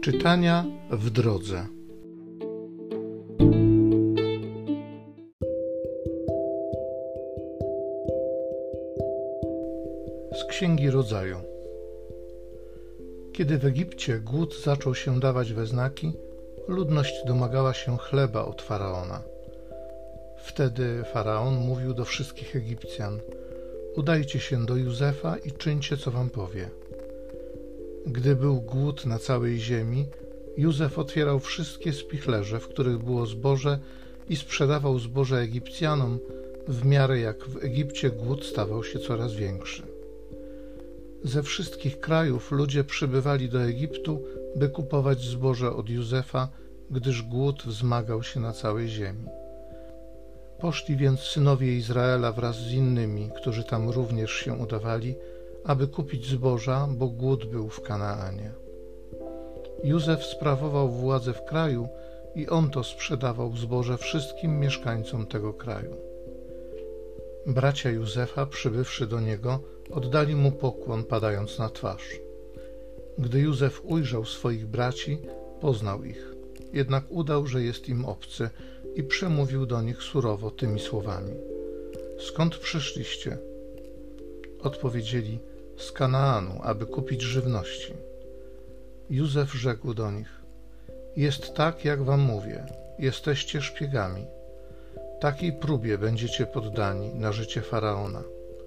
Czytania w drodze. Z Księgi Rodzaju. Kiedy w Egipcie głód zaczął się dawać we znaki, ludność domagała się chleba od Faraona. Wtedy Faraon mówił do wszystkich Egipcjan: udajcie się do Józefa i czyńcie, co wam powie. Gdy był głód na całej ziemi, Józef otwierał wszystkie spichlerze, w których było zboże, i sprzedawał zboże Egipcjanom, w miarę jak w Egipcie głód stawał się coraz większy. Ze wszystkich krajów ludzie przybywali do Egiptu, by kupować zboże od Józefa, gdyż głód wzmagał się na całej ziemi. Poszli więc synowie Izraela wraz z innymi, którzy tam również się udawali, aby kupić zboża, bo głód był w Kanaanie. Józef sprawował władzę w kraju i on to sprzedawał zboże wszystkim mieszkańcom tego kraju. Bracia Józefa, przybywszy do niego, oddali mu pokłon, padając na twarz. Gdy Józef ujrzał swoich braci, poznał ich, jednak udał, że jest im obcy, i przemówił do nich surowo tymi słowami: skąd przyszliście? Odpowiedzieli: z Kanaanu, aby kupić żywności. Józef rzekł do nich: jest tak, jak wam mówię, jesteście szpiegami. Takiej próbie będziecie poddani na życie Faraona.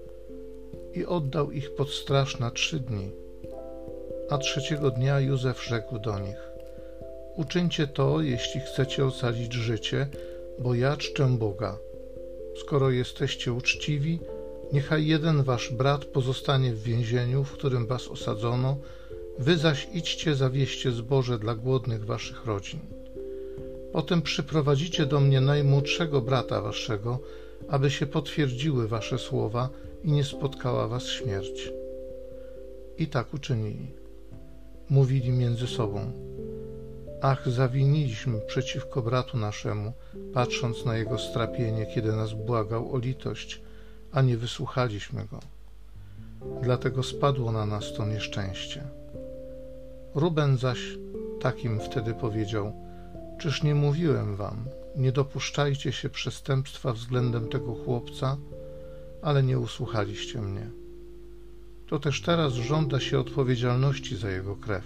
I oddał ich pod straż na 3 dni. A 3. dnia Józef rzekł do nich: uczyńcie to, jeśli chcecie ocalić życie, bo ja czczę Boga. Skoro jesteście uczciwi, niechaj jeden wasz brat pozostanie w więzieniu, w którym was osadzono, wy zaś idźcie, zawieźcie zboże dla głodnych waszych rodzin. Potem przyprowadzicie do mnie najmłodszego brata waszego, aby się potwierdziły wasze słowa i nie spotkała was śmierć. I tak uczynili. Mówili między sobą: ach, zawiniliśmy przeciwko bratu naszemu, patrząc na jego strapienie, kiedy nas błagał o litość, a nie wysłuchaliśmy go. Dlatego spadło na nas to nieszczęście. Ruben zaś takim wtedy powiedział: czyż nie mówiłem wam, nie dopuszczajcie się przestępstwa względem tego chłopca, ale nie usłuchaliście mnie. To też teraz żąda się odpowiedzialności za jego krew.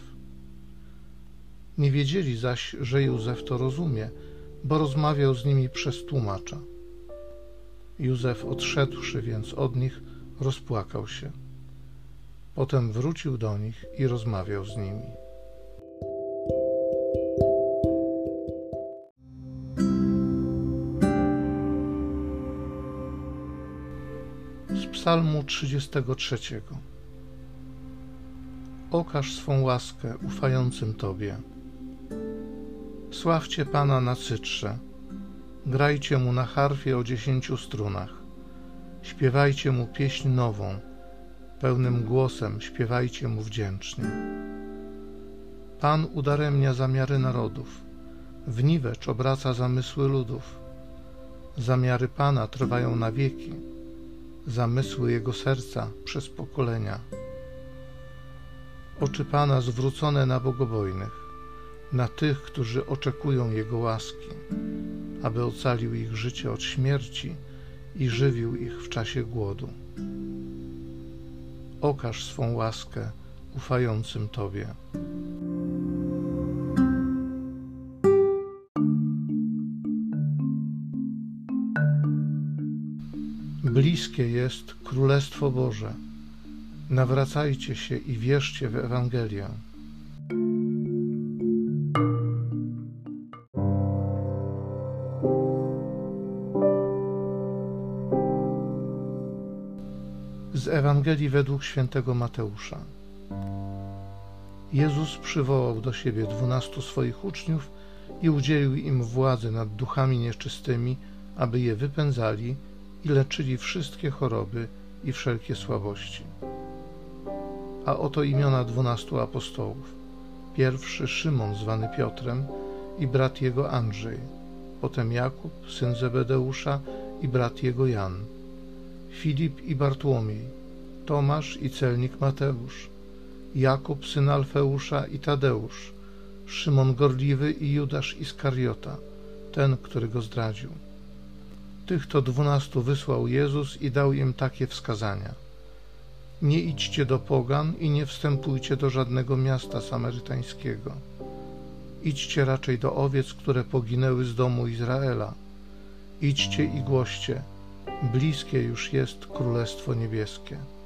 Nie wiedzieli zaś, że Józef to rozumie, bo rozmawiał z nimi przez tłumacza. Józef, odszedłszy więc od nich, rozpłakał się. Potem wrócił do nich i rozmawiał z nimi. Z Psalmu 33. Okaż swą łaskę ufającym Tobie. Sławcie Pana na cytrze, grajcie Mu na harfie o 10 strunach, śpiewajcie Mu pieśń nową, pełnym głosem śpiewajcie Mu wdzięcznie. Pan udaremnia zamiary narodów, w niwecz obraca zamysły ludów. Zamiary Pana trwają na wieki, zamysły Jego serca przez pokolenia. Oczy Pana zwrócone na bogobojnych, na tych, którzy oczekują Jego łaski, aby ocalił ich życie od śmierci i żywił ich w czasie głodu. Okaż swą łaskę ufającym Tobie. Bliskie jest Królestwo Boże. Nawracajcie się i wierzcie w Ewangelię. Z Ewangelii według świętego Mateusza. Jezus przywołał do siebie 12 swoich uczniów i udzielił im władzy nad duchami nieczystymi, aby je wypędzali i leczyli wszystkie choroby i wszelkie słabości. A oto imiona 12 apostołów. Pierwszy Szymon zwany Piotrem i brat jego Andrzej, potem Jakub, syn Zebedeusza i brat jego Jan, Filip i Bartłomiej, Tomasz i celnik Mateusz, Jakub syn Alfeusza i Tadeusz, Szymon Gorliwy i Judasz Iskariota, ten, który go zdradził. Tych to 12 wysłał Jezus i dał im takie wskazania: nie idźcie do pogan i nie wstępujcie do żadnego miasta samarytańskiego. Idźcie raczej do owiec, które poginęły z domu Izraela. Idźcie i głoście: bliskie już jest Królestwo Niebieskie.